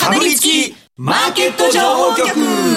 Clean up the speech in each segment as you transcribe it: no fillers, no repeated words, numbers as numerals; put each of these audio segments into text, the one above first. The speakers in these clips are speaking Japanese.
かぶりつきマーケット情報局。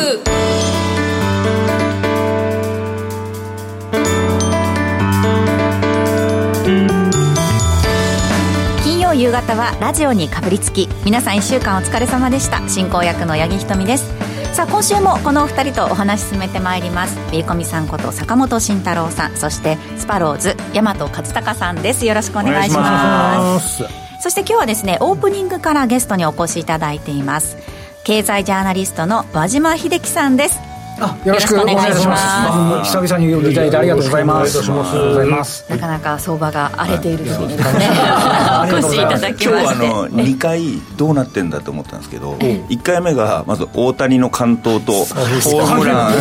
金曜夕方はラジオにかぶりつき。皆さん1週間お疲れ様でした。進行役の八木ひとみです。さあ今週もこのお二人とお話進めてまいります。ビーコミさんこと坂本慎太郎さん、そしてスパローズ大和勝孝さんです。よろしくお願いします。そして今日はですね、オープニングからゲストにお越しいただいています。経済ジャーナリストの和島秀樹さんです。 よろしくお願いします。久々に呼んでいただいてありがとうございます。 なかなか相場が荒れている時にですね、お越しいただきまして、 今日2回どうなってんだと思ったんですけど、1回目がまず大谷の完投とホームラン、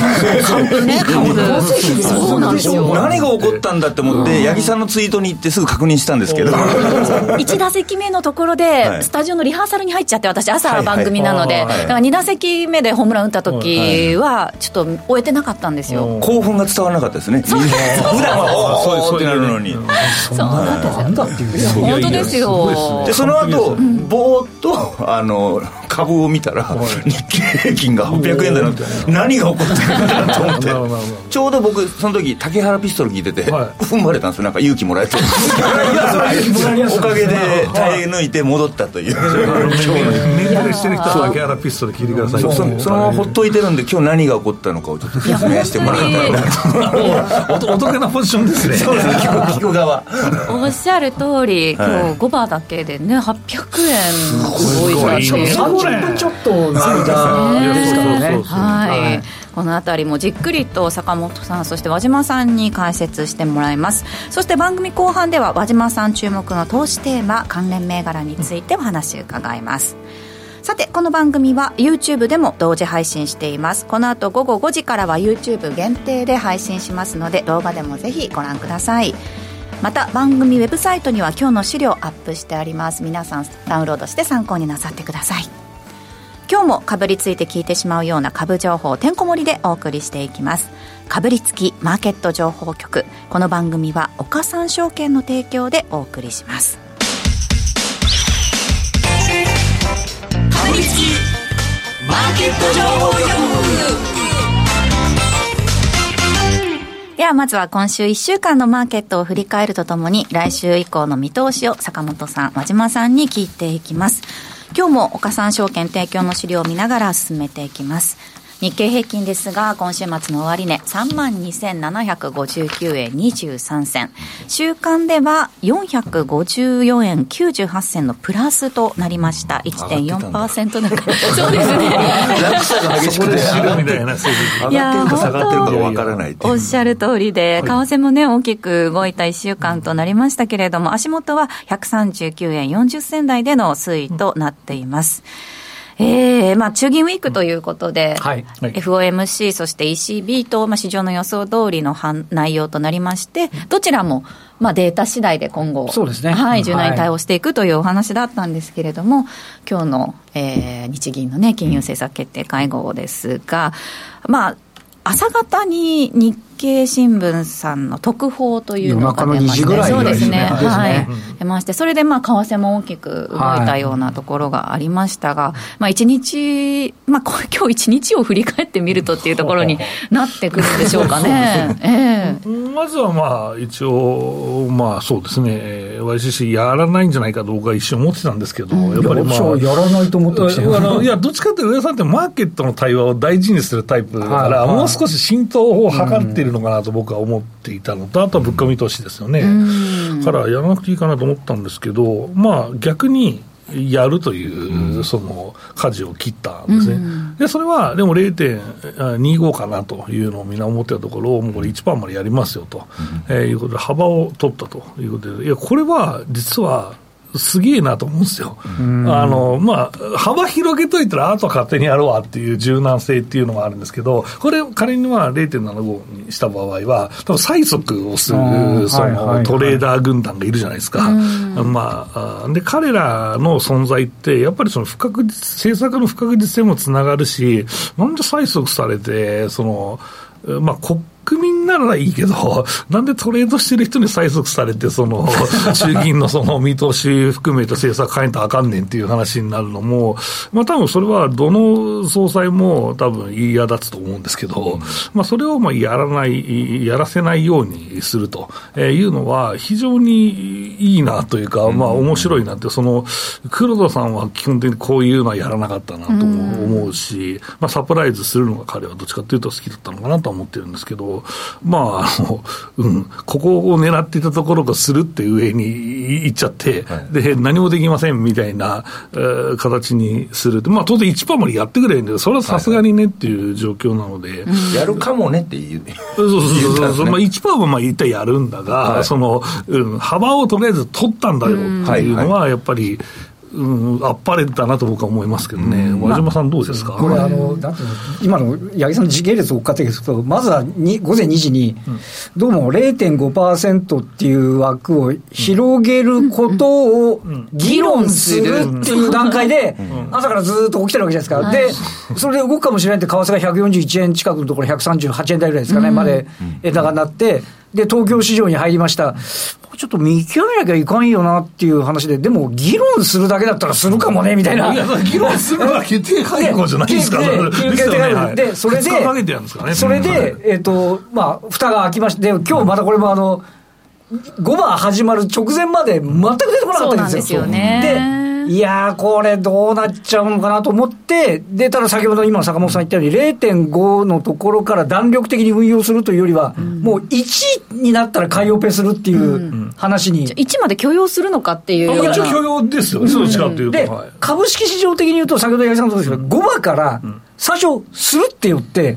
そうなんですよ。 何が起こったんだって思って八木さんのツイートに行ってすぐ確認したんですけど、 1打席目のところでスタジオのリハーサルに入っちゃって、私朝番組なので、だから2打席目でホームラン打った時はちょっと終えてなかったんですよ。 興奮が伝わらなかったですね。普段はそうってなるのに、 そうなんですよ。本当ですよ。 でその後、ぼーっと株を見たら日経平均が800円だなって、何が起こってるんだなと思ってちょうど僕その時竹原ピストル聞いてて、踏ん張れたんですよ。なんか勇気もらえておかげで耐え抜いて戻ったという。 メールしてる人は竹原ピストル聞いてください。 そのままほっといてるんで、今日何が起こったのかをちょっと説明してもらいたいなと。 お得なポジションですね。 そうですね、聞く側。 おっしゃる通り、今日5番だけでね、800円動いたっていう、 30分ちょっとの間ですからね。 はい、このあたりもじっくりと坂本さん、そして和島さんに解説してもらいます。そして番組後半では和島さん注目の投資テーマ、関連銘柄についてお話を伺います。さてこの番組は YouTube でも同時配信しています。この後午後5時からは YouTube 限定で配信しますので、動画でもぜひご覧ください。また番組ウェブサイトには今日の資料アップしてあります。皆さんダウンロードして参考になさってください。今日もかぶりついて聞いてしまうような株情報をてんこ盛りでお送りしていきます。かぶりつきマーケット情報局。この番組は岡三証券の提供でお送りします。 かぶりつきマーケット情報局。 ではまずは今週1週間のマーケットを振り返るとともに、来週以降の見通しを坂本さん、和島さんに聞いていきます。今日も岡三証券提供の資料を見ながら進めていきます。日経平均ですが、今週末の終値 32,759 円23銭、週間では454円98銭のプラスとなりました。 1.4% 高そうですね。 落差が激しくて上がってるか下がってるかが分からないっていう。 おっしゃる通りで、為替もね大きく動いた1週間となりましたけれども、足元は139円40銭台での推移となっています。中銀ウィークということで、FOMC そして ECB と、市場の予想通りの内容となりまして、どちらも、データ次第で今後、そうですね、柔軟に対応していくというお話だったんですけれども、今日の、日銀の、金融政策決定会合ですが、朝方に日経新聞さんの特報というのが出まして、そうですね、出まして、それで為替も大きく動いたようなところがありましたが、一日、今日一日を振り返ってみるとっていうところになってくるんでしょうかね。 まずは一応そうですね、YCC やらないんじゃないかと僕は一瞬思ってたんですけど、やっぱりやらないと思ってましたよ。 いやどっちかというと上田さんってマーケットの対話を大事にするタイプだから、もう少し浸透を図っているのかなと僕は思っていたのと、あとは物価見通しですよね。からやらなくていいかなと思ったんですけど、逆にやるというその舵を切ったんですね。でそれはでも 0.25 かなというのをみんな思ってたところを、もうこれ 1% までやりますよと、いうことで幅を取ったということで、いやこれは実はすげえなと思うんですよ。幅広げといたらあとは勝手にやろうわっていう柔軟性っていうのがあるんですけど、これ仮に0.75 にした場合は多分催促をするそのトレーダー軍団がいるじゃないですか。で彼らの存在ってやっぱりその政策の不確実性もつながるし、なんで催促されてその国国民ならいいけど、なんでトレードしてる人に催促されて、その中銀のその見通し含めて政策変えたらあかんねんっていう話になるのも、まあ多分それはどの総裁も多分嫌だつと思うんですけど、まあそれをまあやらせないようにするというのは非常にいいなというか、まあ面白いなって、その黒田さんは基本的にこういうのはやらなかったなと思うし、まあサプライズするのが彼はどっちかというと好きだったのかなと思ってるんですけど、まあここを狙っていたところがするって上に行っちゃって、はい、で何もできませんみたいな、形にすると、まあ当然 1% までやってくれるんだけど、それはさすがにねっていう状況なので、 やるかもねっていう、 そう、まあ 1% はまあ一体やるんだが、はい、その、幅をとりあえず取ったんだよっていうのはやっぱり、あっぱれだなと僕は思いますけどね。和島さんどうですか。 これなんていうの、今の八木さんの時系列を追っかけていくと、まずは午前2時にどうも 0.5% っていう枠を広げることを議論するっていう段階で朝からずっと起きてるわけじゃないですか。でそれで動くかもしれないって、為替が141円近くのところ138円台ぐらいですかね、まで円高になって、で東京市場に入りました。ちょっと見極めなきゃいかんよなっていう話で、でも議論するだけだったらするかもねみたいな。 いや議論するのは決定会合じゃないですか。 でそれでまあ蓋が開きまして、今日またこれも5番始まる直前まで全く出てこなかったんですよ。 そうなんですよね。 でいやーこれどうなっちゃうのかなと思って、でただ先ほど今坂本さん言ったように 0.5 のところから弾力的に運用するというよりは、もう1になったら買いオペするっていう話に、 1まで許容するのかっていうような。 一応許容ですよね、どっちかっていうと。 で、株式市場的に言うと先ほど八木さんもそうですけど、5番から最初するって言って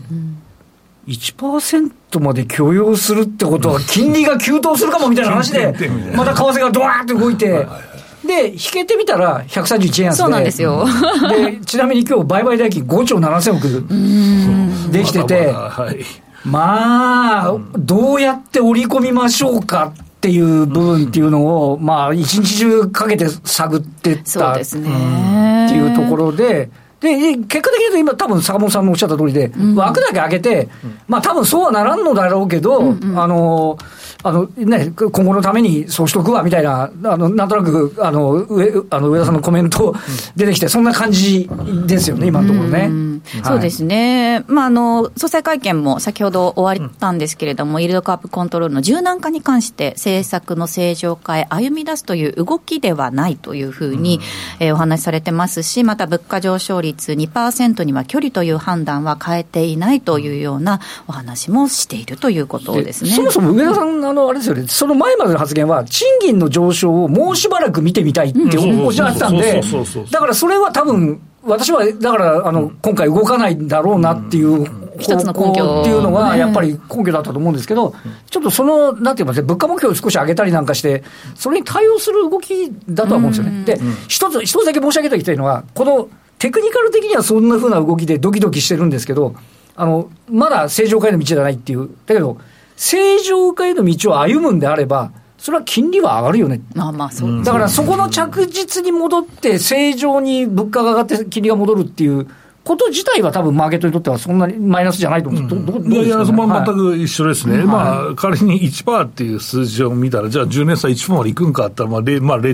、1% まで許容するってことは金利が急騰するかもみたいな話でまた為替がドワーッと動いて、で引けてみたら131円安で、 そうなんですよ。 でちなみに今日売買代金5兆7000億できてて、まあどうやって織り込みましょうかっていう部分っていうのを、まあ一日中かけて探ってったっていうところで、で結果的に言うと今多分坂本さんのおっしゃった通りで、枠だけ開けて、まあ多分そうはならんのだろうけど、ね、今後のためにそうしとくわみたいな、なんとなく上田さんのコメント出てきて、そんな感じですよね今のところね。 そうですね、まあ、総裁会見も先ほど終わったんですけれども、イールドカープコントロールの柔軟化に関して政策の正常化へ歩み出すという動きではないというふうに、お話しされてますし、また物価上昇率 2% には距離という判断は変えていないというようなお話もしているということですね。 そもそも上田さんあれですよね、その前までの発言は賃金の上昇をもうしばらく見てみたいっておっしゃってたんで、だからそれは多分私はだから今回動かないんだろうなっていう一つの根拠っていうのがやっぱり根拠だったと思うんですけど、ちょっとそのなんて言いますか、物価目標を少し上げたりなんかしてそれに対応する動きだとは思うんですよね。で一つだけ申し上げておきたいのは、このテクニカル的にはそんな風な動きでドキドキしてるんですけど、まだ正常化への道じゃないっていう、だけど正常化への道を歩むんであればそれは金利は上がるよね。 そうだからそこの着実に戻って正常に物価が上がって金利が戻るっていうこと自体は多分マーケットにとってはそんなにマイナスじゃないと思うんです。 いや全く一緒ですね。まあ仮に 1% っていう数字を見たら、じゃあ10年債 1% までいくんかって言ったら、まあ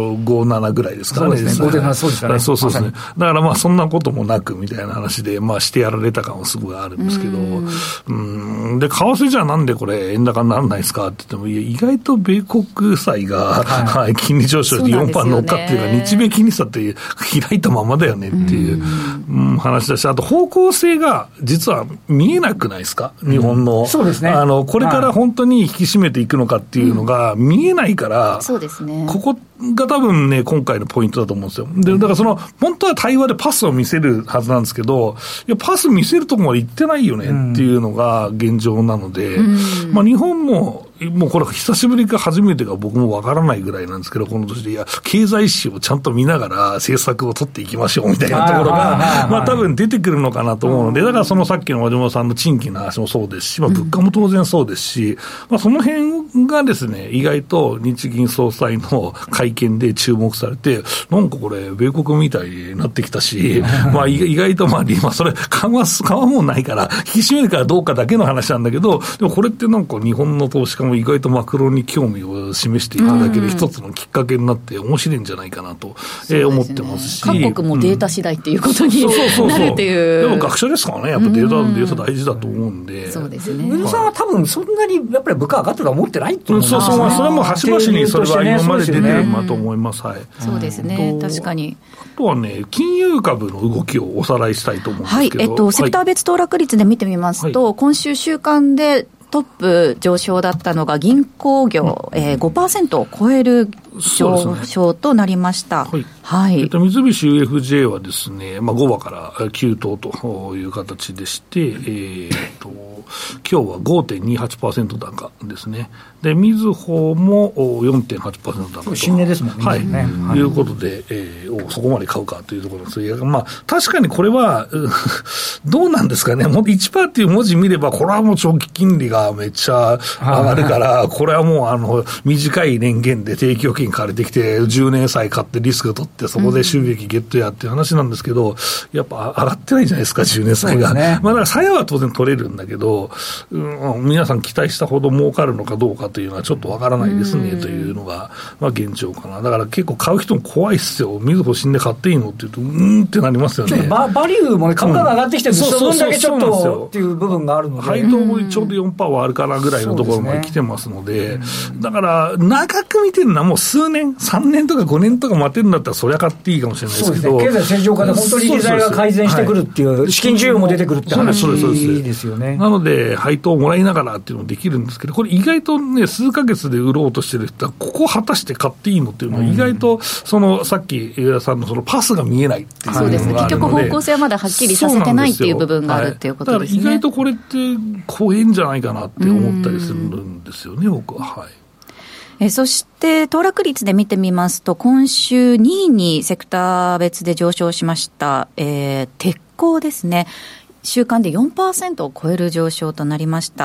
0.557 ぐらいですからね。 そうですね。5.7そうですかね。 そうですね。だからまあそんなこともなくみたいな話で、まあしてやられた感はすごいあるんですけど、で為替じゃなんでこれ円高にならないですかって言っても、意外と米国債が、金利上昇で 4% 乗っかっていうか、日米金利差って開いたままだよねっていう。話だし、あと方向性が実は見えなくないですか、日本の。 そうですね。 これから本当に引き締めていくのかっていうのが見えないから、 そうですね。 ここが多分ね、今回のポイントだと思うんですよ。で、だから本当は対話でパスを見せるはずなんですけど、いや、パス見せるとこまで行ってないよねっていうのが現状なので、まあ日本ももうこれ久しぶりか初めてか僕もわからないぐらいなんですけど、この年で、いや、経済指標をちゃんと見ながら政策を取っていきましょうみたいなところが、まあ多分出てくるのかなと思うので、だからそのさっきの和島さんの賃金の話もそうですし、まあ物価も当然そうですし、まあその辺がですね、意外と日銀総裁の会見で注目されて、なんかこれ、米国みたいになってきたし、まあ意外とまあ、それ緩和もないから、引き締めるからどうかだけの話なんだけど、でもこれってなんか日本の投資家も意外とマクロに興味を示していただける一つのきっかけになって面白いんじゃないかなと、思ってますし、 各国もデータ次第っていうことになるっていう。 でも学者ですからね、やっぱデータ大事だと思うんで。 そうですね。 上野さんは多分そんなにやっぱり物価上がってるとは思ってないと思うんですよ。それはもう端々にそれは今まで出てると思います。はい。 そうですね。確かに。 あとはね、金融株の動きをおさらいしたいと思うんですけど。 はい。セクター別騰落率で見てみますと、今週週間でトップ上昇だったのが銀行業、5% を超える上昇となりました。 はい。 はい。 三菱 UFJ はですね、まあ5番から9等という形でして、今日は 5.28% 高ですね。で、みずほも 4.8% 高と。 新値ですもんね。 はい。いうことで、そこまで買うかというところです。まあ、確かにこれは、どうなんですかね。もう 1% っていう文字見れば、これはもう長期金利がめっちゃ上がるから、これはもう短い年限で定期預金借りてきて、10年債買ってリスク取って、そこで収益ゲットやっていう話なんですけど、やっぱ上がってないじゃないですか、10年債が。ね、まあだから債は当然取れるんだけど、皆さん期待したほど儲かるのかどうかというのはちょっとわからないですねというのが、まあ現状かな。だから結構買う人も怖いっすよ。みずほ死んで買っていいのって言うと、ってなりますよね。 バリューもね、株価が上がってきてるんで、その分だけちょっとっていう部分があるので。 配当もちょうど 4% はあるかなぐらいのところまで来てますので、だから長く見てるのはもう数年、3年とか5年とか待てるんだったらそりゃ買っていいかもしれないですけど。 そうですね。経済正常化で本当に経済が改善してくるっていう、資金需要も出てくるって話ですよね。 なので、配当をもらいながらっていうのもできるんですけど、これ意外とね、数ヶ月で売ろうとしてる人は、ここ果たして買っていいのっていうのは、意外と、さっき、上田さんのそのパスが見えないっていうのがあるので。 そうですね。結局方向性はまだはっきりさせてないっていう部分があるっていうことですね。 だから意外とこれって怖いんじゃないかなって思ったりするんですよね、僕は。はい。 そして、騰落率で見てみますと、今週2位にセクター別で上昇しました、鉄鋼ですね。週間で 4% を超える上昇となりました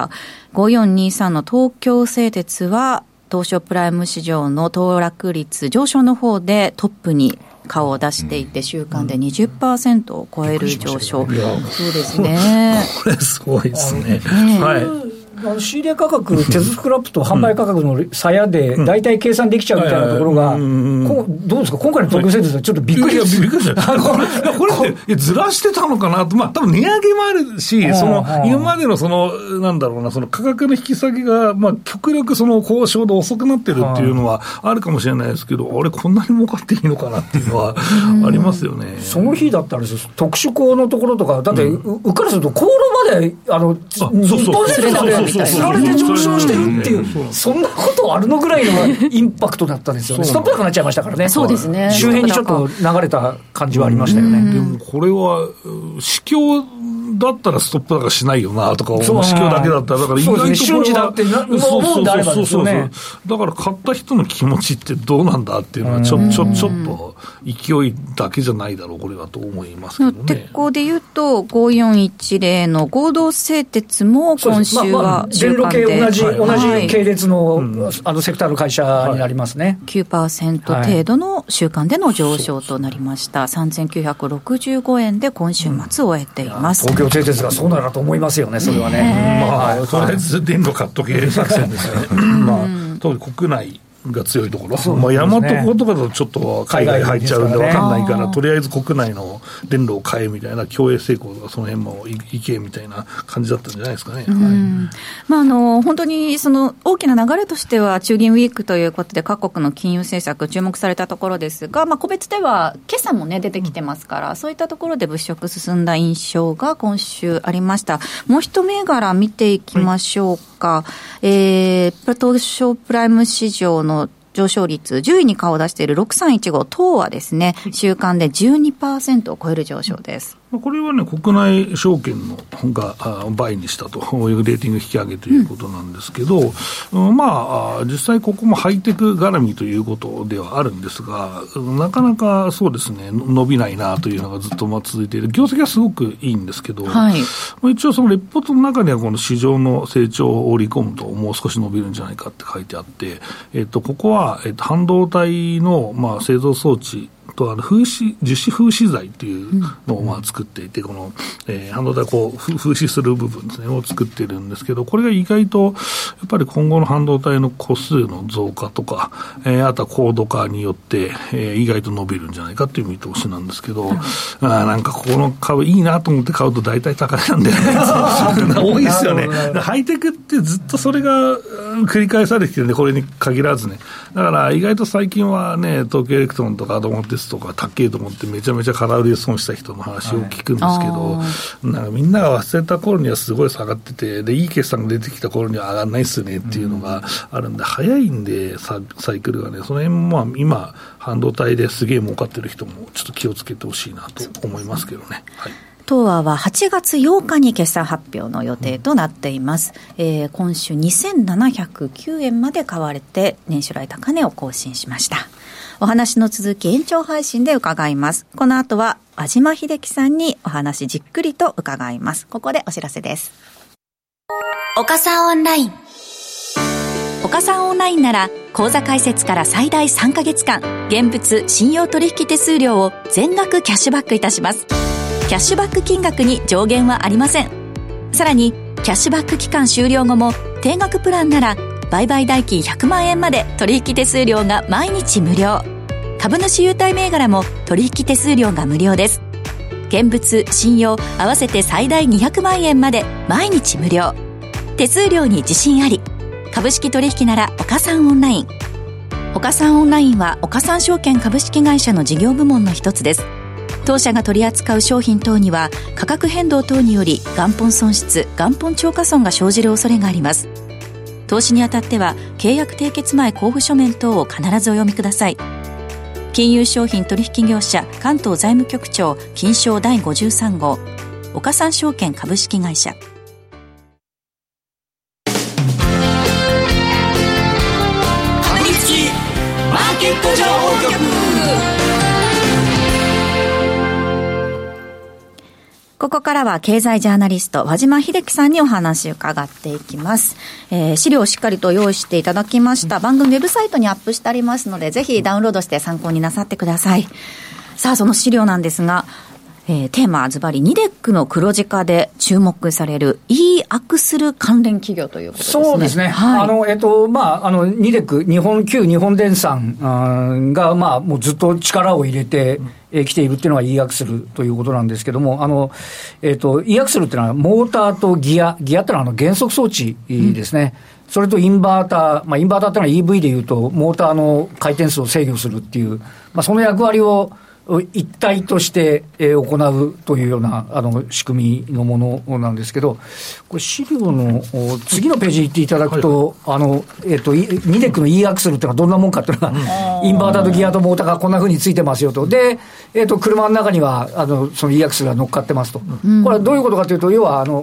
。5423の東京製鉄は、東証プライム市場の騰落率上昇の方でトップに顔を出していて、週間で 20% を超える上昇。そうですね。 これすごいですね。はい。 仕入れ価格、手スクラップと販売価格の差やで、大体計算できちゃうみたいなところが、どうですか、今回の東京製鉄はちょっとびっくりです。 びっくりした。これってずらしてたのかなと、まあ、多分値上げもあるし、今までのなんだろうな、その価格の引き下げが、まあ、極力交渉で遅くなってるっていうのはあるかもしれないですけど、あれ、こんなに儲かっていいのかなっていうのはありますよね。 その日だったらですよ、特殊鋼のところとか、だって、うっかりすると、航路まで、日本製鉄まで、つられて上昇してるっていう、そんなことあるのぐらいのインパクトだったんですよね。ストップ高くなっちゃいましたからね。 そうですね。 周辺にちょっと流れた感じはありましたよね。 でもこれは市況だったらストップ高しないよなとか、市況だけだったら、だから意外とこれは瞬時だって思うんであればですよね。 だから買った人の気持ちってどうなんだっていうのはちょっと勢いだけじゃないだろうこれはと思いますけどね。 鉄鋼でいうと5410の合同製鉄も今週は電路系同じ系列のセクターの会社になりますね。 9% 程度の週間での上昇となりました。3965円で今週末を終えています。 東京製鉄がそうなると思いますよね、それはね。 まあ、とりあえず電路買っとけ作戦ですよね。まあ、特に国内が強いところ、まあ、大和港とかだとちょっと海外入っちゃうんで分かんないから、とりあえず国内の電路を買えみたいな、共栄成功とかその辺もいけみたいな感じだったんじゃないですかね。 まあ、本当にその大きな流れとしては、中銀ウィークということで、各国の金融政策、注目されたところですが、まあ、個別では決算も、ね、出てきてますから、そういったところで物色進んだ印象が今週ありました。もう一銘柄見ていきましょうか。東証プライム市場の上昇率10位に顔を出している6315東はですね、週間で 12% を超える上昇です。 これはね、国内証券のが倍にしたというレーティング引き上げということなんですけど、実際ここもハイテク絡みということではあるんですが、なかなかそうですね、伸びないなというのがずっと続いている。業績はすごくいいんですけど、はい、一応そのレポートの中にはこの市場の成長を織り込むともう少し伸びるんじゃないかって書いてあって、ここは、半導体の製造装置と樹脂風刺剤というのを作っていて、この、半導体を風刺する部分ですね、を作っているんですけど、これが意外とやっぱり今後の半導体の個数の増加とか、あとは高度化によって、意外と伸びるんじゃないかという見通しなんですけど、なんかここの株いいなと思って買うと大体高値なんで多いですよね。ハイテクってずっとそれが繰り返されてきてるんで、これに限らずね。だから意外と最近はね、東京エレクトロンとかアドモテスとか高えと思ってめちゃめちゃ空売りで損した人の話を聞くんですけど、なんかみんなが忘れた頃にはすごい下がってて、でいい決算が出てきた頃には上がらないっすねっていうのがあるんで、早いんでサイクルがね、その辺も今半導体ですげえ儲かってる人もちょっと気をつけてほしいなと思いますけどね。はい。 東亜は8月8日に決算発表の予定となっています。今週2709円まで買われて年初来高値を更新しました。お話の続き延長配信で伺います。この後は和島秀樹さんにお話じっくりと伺います。ここでお知らせです。 岡さんオンライン。 岡さんオンラインなら口座開設から最大3ヶ月間現物信用取引手数料を全額キャッシュバックいたします。キャッシュバック金額に上限はありません。さらにキャッシュバック期間終了後も定額プランなら売買代金100万円まで取引手数料が毎日無料。株主優待銘柄も取引手数料が無料です。現物信用合わせて最大200万円まで毎日無料。手数料に自信あり。株式取引なら岡三オンライン。岡三オンラインは岡三証券株式会社の事業部門の一つです。当社が取り扱う商品等には価格変動等により元本損失、元本超過損が生じる恐れがあります。投資にあたっては契約締結前交付書面等を必ずお読みください。金融商品取引業者関東財務局長金商第53号岡三証券株式会社。 株式マーケット情報局。 ここからは経済ジャーナリスト和島秀樹さんにお話を伺っていきます。資料をしっかりと用意していただきました。番組ウェブサイトにアップしてありますので、ぜひダウンロードして参考になさってください。さあ、その資料なんですが、テーマはズバリニデックの黒字化で注目される e-axle 関連企業ということですね。 そうですね。はい、ニデック、旧日本電産が、もうずっと力を入れてきているっていうのが e-axle ということなんですけども、e-axle っていうのはモーターとギアっていうのは減速装置ですね。それとインバーター、インバーターっていうのは EV でいうとモーターの回転数を制御するっていう、その役割を一体として行うというような仕組みのものなんですけど、これ資料の次のページに行っていただくと、ニデックの e アクセルっていうのはどんなもんかっていうのが、インバーターとギアとモーターがこんな風についてますよと。で、車の中にはその e アクセルが乗っかってますと。これはどういうことかというと、要は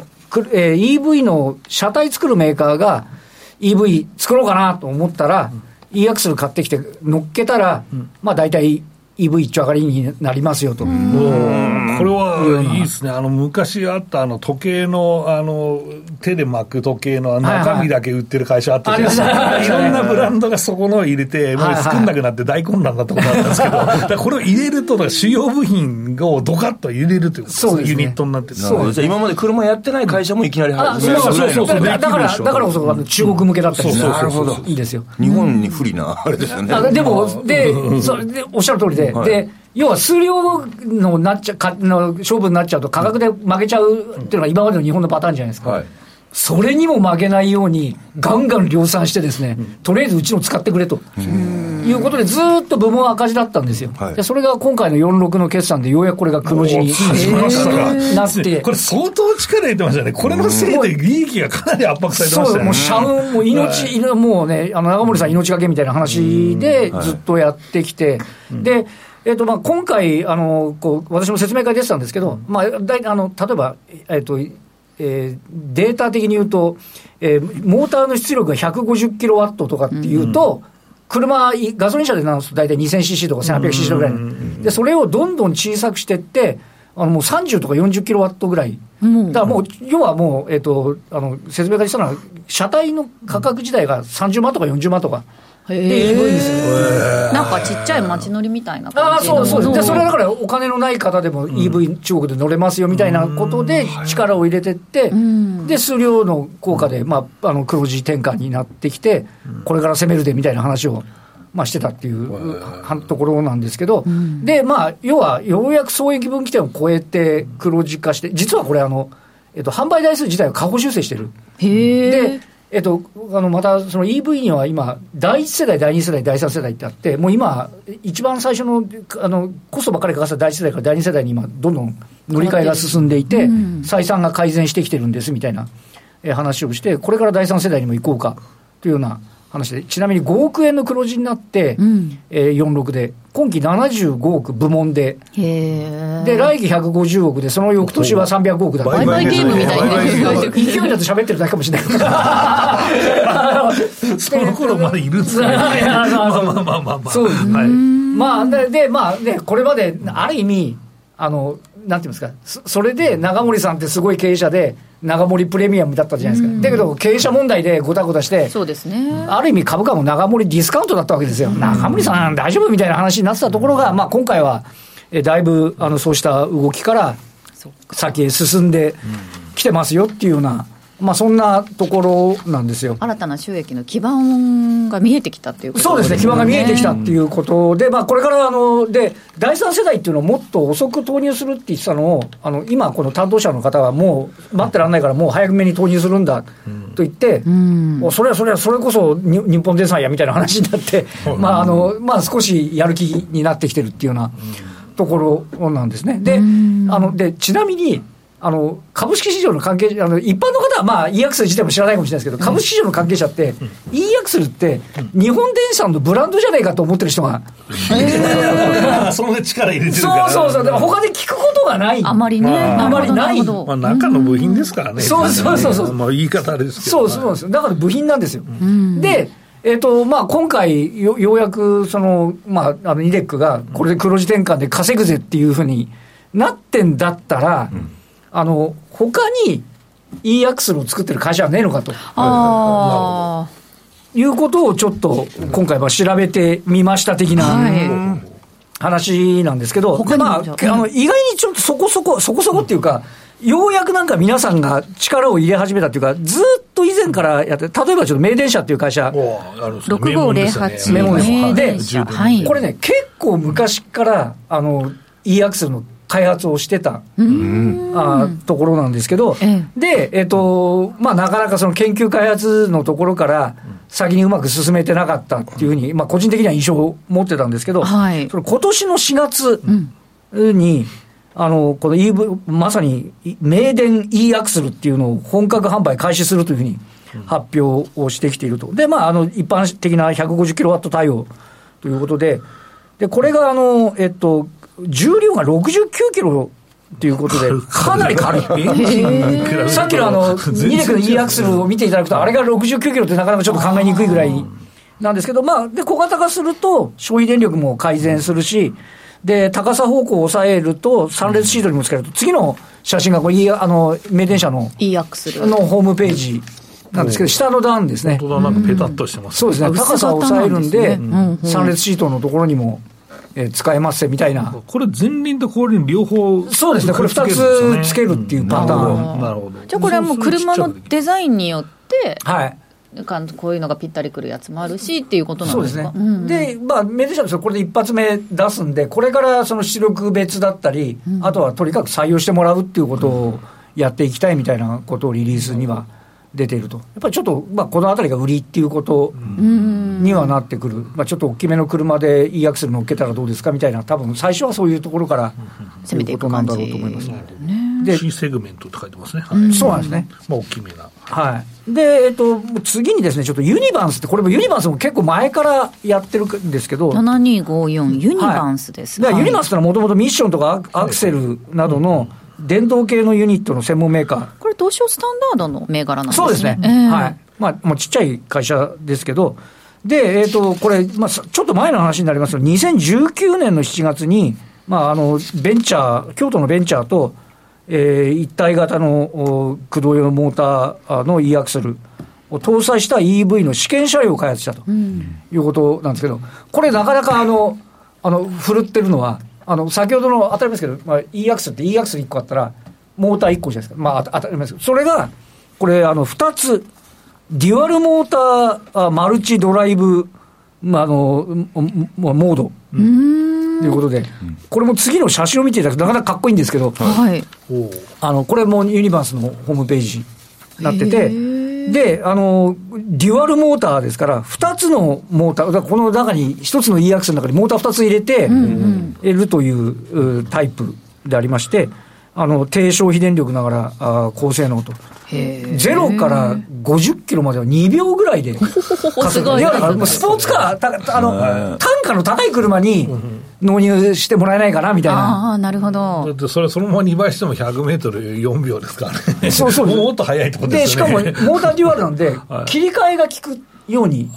EV の車体作るメーカーが EV 作ろうかなと思ったら、e アクセル買ってきて乗っけたら、大体EV 一丁上がりになりますよと。 これはいいですね。昔あった時計の手で巻く時計の中身だけ売ってる会社あったじゃないですか。いろんなブランドがそこのを入れて、もう作んなくなって大混乱だったことだったんですけど、だからこれを入れると、主要部品をドカッと入れるということですね。ユニットになってる。 そうじゃあ今まで車やってない会社もいきなり入る。 そうだからこそ中国向けだったりする。なるほど。いいですよ。 日本に不利なあれですよね。 でもおっしゃる通りで、で要は数量の勝負になっちゃうと価格で負けちゃうっていうのが今までの日本のパターンじゃないですか。それにも負けないようにガンガン量産してですね、とりあえずうちの使ってくれということでずっと部門赤字だったんですよ。でそれが今回の46の決算でようやくこれが黒字になって、 これ相当力入れてましたね。これのせいで利益がかなり圧迫されてましたね。 もう社運も命、もうね、長森さん命がけみたいな話でずっとやってきて、でまあ、今回こう私も説明会出てたんですけど、まあ、例えば、データ的に言うと、モーターの出力が150キロワットとかっていうと、車、ガソリン車でなんすと大体 2000cc とか 1800cc ぐらい、でそれをどんどん小さくしていって、もう30とか40キロワットぐらい、だからもう、要はもう、説明会したのは、車体の価格自体が30万とか40万とか。 なんかちっちゃい街乗りみたいな感じの。 そうでそれはだからお金のない方でも EV 中国で乗れますよみたいなことで力を入れてって、で数量の効果で、まあ、黒字転換になってきて、これから攻めるでみたいな話を、まあ、してたっていうところなんですけど、でまあ要はようやく損益分岐点を超えて黒字化して、実はこれ販売台数自体は下方修正してる。でまたその EV には今第1世代第2世代第3世代ってあって、もう今一番最初のコストばっかりかかった第1世代から第2世代に今どんどん乗り換えが進んでいて、採算が改善してきてるんですみたいな話をして、これから第3世代にも行こうかというような話で、ちなみに5億円の黒字になって、46で今期75億部門で、で来期150億で、その翌年は300億だった。 売買ゲームみたいな勢いだと喋ってるだけかもしれないその頃までいるんですね。 そうですね。まあでまあね、これまである意味なんていうんですか、それで長森さんってすごい経営者で長森プレミアムだったじゃないですか。だけど経営者問題でごたごたして、 そうですね、 ある意味株価も長森ディスカウントだったわけですよ。長森さん大丈夫みたいな話になってたところが、まあ、今回はだいぶそうした動きから先へ進んできてますよっていうような、まあ、そんなところなんですよ。 新たな収益の基盤が見えてきたっていうことですね。 そうですね、基盤が見えてきたっていうことで、まあ、これからで第3世代っていうのをもっと遅く投入するって言ってたのを今この担当者の方はもう待ってらんないからもう早めに投入するんだと言って、それこそ日本電産やみたいな話になってまあ少しやる気になってきてるっていうようなところなんですね。でちなみに株式市場の関係者、一般の方はまあ EX 自体も知らないかもしれないですけど、株式市場の関係者って EX って日本電産のブランドじゃないかと思ってる人がその力入れてるから。 そうでも他で聞くことがない、 あまりね、 あまりない、 まあ、中の部品ですからね。 そう、 まあ、言い方あれですけど、 そうですよ。だから部品なんですよ。でまあ、今回ようやくニデックがこれで黒字転換で稼ぐぜっていうふうになってんだったら、他に E アクセルを作ってる会社はねえのかということをちょっと今回は調べてみました的な話なんですけど、まあ、意外にちょっとそこそこっていうか、ようやくなんか皆さんが力を入れ始めたっていうか、ずっと以前からやって、例えばちょっと名電車っていう会社、 6508 名門電車で、これね結構昔からE アクセルの開発をしてたところなんですけど、で、まあ、なかなかその研究開発のところから先にうまく進めてなかったっていうふうに、まあ、個人的には印象を持ってたんですけど、その今年の4月に、この EV、まさに名電 E アクセルっていうのを本格販売開始するというふうに発表をしてきていると。で、まあ、一般的な150キロワット対応ということで、これが重量が69キロということで、かなり軽い。さっきのニデックの E アクセルを見ていただくと、あれが69キロってなかなかちょっと考えにくいぐらいなんですけど、まあ、で、小型化すると消費電力も改善するし、で、高さ方向を抑えると、3列シートにもつけると、次の写真がこれ名電車の E アクセルのホームページなんですけど、下の段ですね。 本当だ、なんかペタッとしてます。 そうですね。高さを抑えるんで、3列シートのところにも使えますみたいな。 これ前輪と後輪両方、 そうですね、これ2つつけるっていうパターン。 なるほど。 じゃあこれはもう車のデザインによって、 はい、 こういうのがぴったりくるやつもあるしっていうことなんですか。 そうですね。で、まあ、名電車ですよ、これで一発目出すんで、これからその出力別だったり、あとはとにかく採用してもらうっていうことをやっていきたいみたいなことをリリースには出ていると。やっぱりちょっと、まあ、このあたりが売りっていうことにはなってくる。まあ、ちょっと大きめの車で E アクセル乗っけたらどうですかみたいな、多分最初はそういうところから攻めていく感じということなんだろうと思います。 で C セグメントって書いてますね、 そうなんですね、 大きめな。 はい。で、次にですね、ちょっとユニバンスって、これもユニバンスも結構前からやってるんですけど、 7254ユニバンスです。 はい、ユニバンスってのはもともとミッションとかアクセルなどの電動系のユニットの専門メーカー。 これ東証スタンダードの銘柄なんですね。 そうですね。はい。まあ、ちっちゃい会社ですけど、で、これ、まあ、ちょっと前の話になりますけど、2019年の7月に、まあ、ベンチャー、京都のベンチャーと、一体型の駆動用モーターの E アクセルを搭載した EV の試験車両を開発したということなんですけど、これなかなか振るってるのは、先ほどの当たり前ですけど、まあ、E アクセルって E アクセル1個あったらモーター1個じゃないですか。まあ当たり前ですけど、それがこれ2つデュアルモーターマルチドライブ、まあ、モードということで、これも次の写真を見ていただくとなかなかかっこいいんですけど、 はい、 これもユニバースのホームページになってて、で、デュアルモーターですから、2つのモーター、この中に、1つの E アクセルの中にモーター2つ入れて、るというタイプでありまして、低消費電力ながら高性能と。0から50キロまでは2秒ぐらいですごい。 いや、スポーツカー、単価の高い車に納入してもらえないかなみたいな。 ああ、なるほど。 だってそれそのまま2倍しても100メートル4秒ですからね。 そうそう。 もっと速いってことですよね。 で、しかもモーターデュアルなんで、切り替えが効くように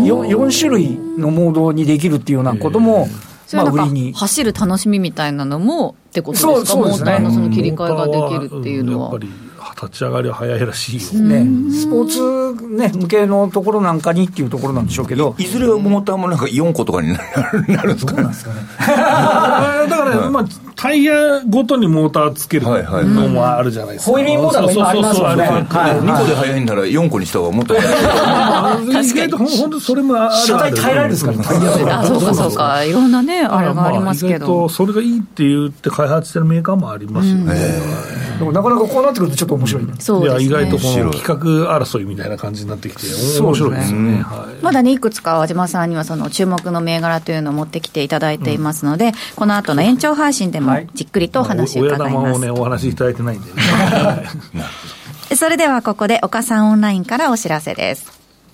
4種類のモードにできるっていうようなことも、 それなんか走る楽しみみたいなのもってことですか。 そうですね。 モーターのその切り替えができるっていうのは。 やっぱり立ち上がりは早いらしいよね。スポーツ、ね、向けのところなんかにっていうところなんでしょうけど、 いずれはモーターもなんか4個とかになるんですかね。 どうなんですかね。 だから、まあ、タイヤごとにモーターつけるのもあるじゃないですか。 ホイールインモーターが今ありますよね。 2個で速いんなら4個にした方がもっと速い。 意外と本当それもある。 車体耐えられるんですからね、タイヤで。 あ、そうかそうか。いろんなね、あれがありますけど。 意外とそれがいいって言って開発してるメーカーもありますよね。 でもなかなかこうなってくるとちょっと面白いね。 そうですね。 意外とこの企画争いみたいな感じになってきて面白いですよね。はい、 まだね、いくつか和島さんにはその注目の銘柄というのを持ってきていただいていますので、この後の延長配信でもじっくりとお話を伺います。 親玉をね、お話しいただいてないんでね。 それではここで岡さんオンラインからお知らせです。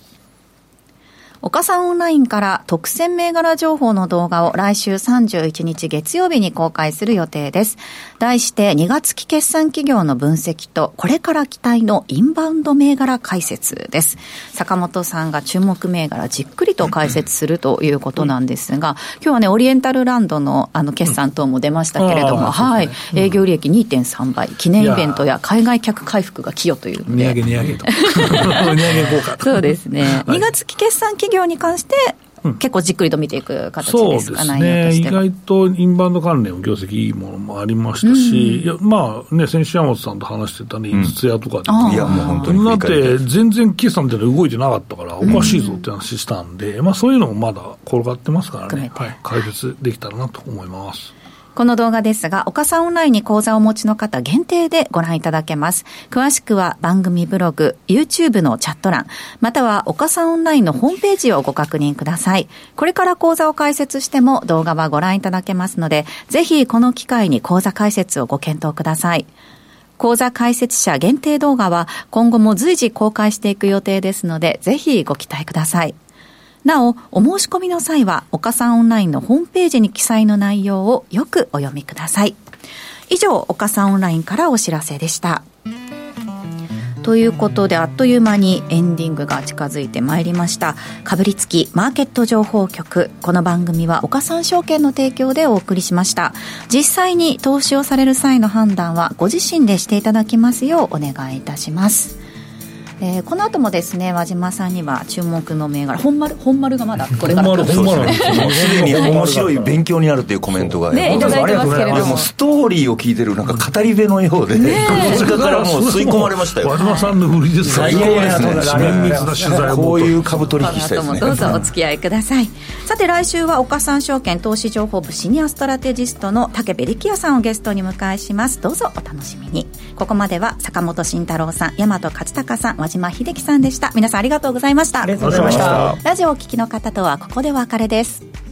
岡さんオンラインから特選銘柄情報の動画を来週31日月曜日に公開する予定です。題して2月期決算企業の分析とこれから期待のインバウンド銘柄解説です。坂本さんが注目銘柄じっくりと解説するということなんですが、今日はねオリエンタルランドの決算等も出ましたけれども、はい、営業利益 2.3 倍、記念イベントや海外客回復が寄与というので、 値上げと値上げ効果と。 そうですね。2月期決算企業に関して結構じっくりと見ていく形ですか、 そうですね。意外とインバウンド関連の業績いいものもありましたし、いやまあね、先週山本さんと話してたね、五つ屋とかで、 いやもう本当にだって全然決算って動いてなかったからおかしいぞって話したんで、まあそういうのもまだ転がってますからね、はい、解説できたらなと思います。 この動画ですが、岡さんオンラインに口座をお持ちの方限定でご覧いただけます。詳しくは番組ブログ、YouTube のチャット欄、または岡さんオンラインのホームページをご確認ください。これから口座を開設しても動画はご覧いただけますので、ぜひこの機会に口座開設をご検討ください。口座開設者限定動画は今後も随時公開していく予定ですので、ぜひご期待ください。なお、お申し込みの際は、岡さんオンラインのホームページに記載の内容をよくお読みください。以上、岡さんオンラインからお知らせでした。ということで、あっという間にエンディングが近づいてまいりました。かぶりつきマーケット情報局。この番組は岡三証券の提供でお送りしました。実際に投資をされる際の判断はご自身でしていただきますようお願いいたします。この後もですね、和島さんには注目の銘柄、本丸がまだこれから来るそうですね。もうすでに面白い勉強になるというコメントが、 ね、いただいてますけれども、 でもストーリーを聞いてるなんか語り部のようで、それからもう吸い込まれましたよ。 和島さんの売りですから、 最高ですね。 綿密な取材をこういう株取引したいですね。 どうぞお付き合いください。さて来週は岡三証券投資情報部シニアストラテジストの武部力也さんをゲストに迎えします。どうぞお楽しみに。ここまでは坂本慎太郎さん、大和勝孝さん、和島秀樹さんでした。皆さんありがとうございました。 ありがとうございました。 ラジオをお聞きの方とはここでお別れです。